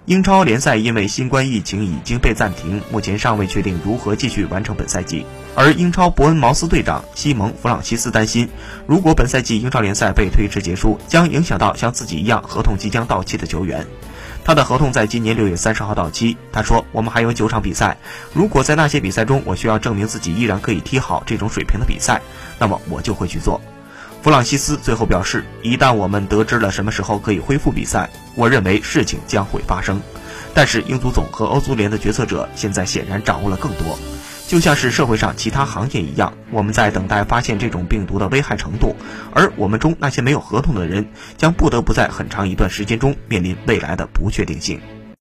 英超联赛因为新冠疫情已经被暂停，目前尚未确定如何继续完成本赛季。而英超伯恩茅斯队长西蒙·弗朗西斯担心，如果本赛季英超联赛被推迟结束，将影响到像自己一样合同即将到期的球员。他的合同在今年6月30号到期。他说：“我们还有9场比赛，如果在那些比赛中我需要证明自己依然可以踢好这种水平的比赛，那么我就会去做。”弗朗西斯最后表示，一旦我们得知了什么时候可以恢复比赛，我认为事情将会发生。但是英足总和欧足联的决策者现在显然掌握了更多，就像是社会上其他行业一样，我们在等待发现这种病毒的危害程度，而我们中那些没有合同的人将不得不在很长一段时间中面临未来的不确定性。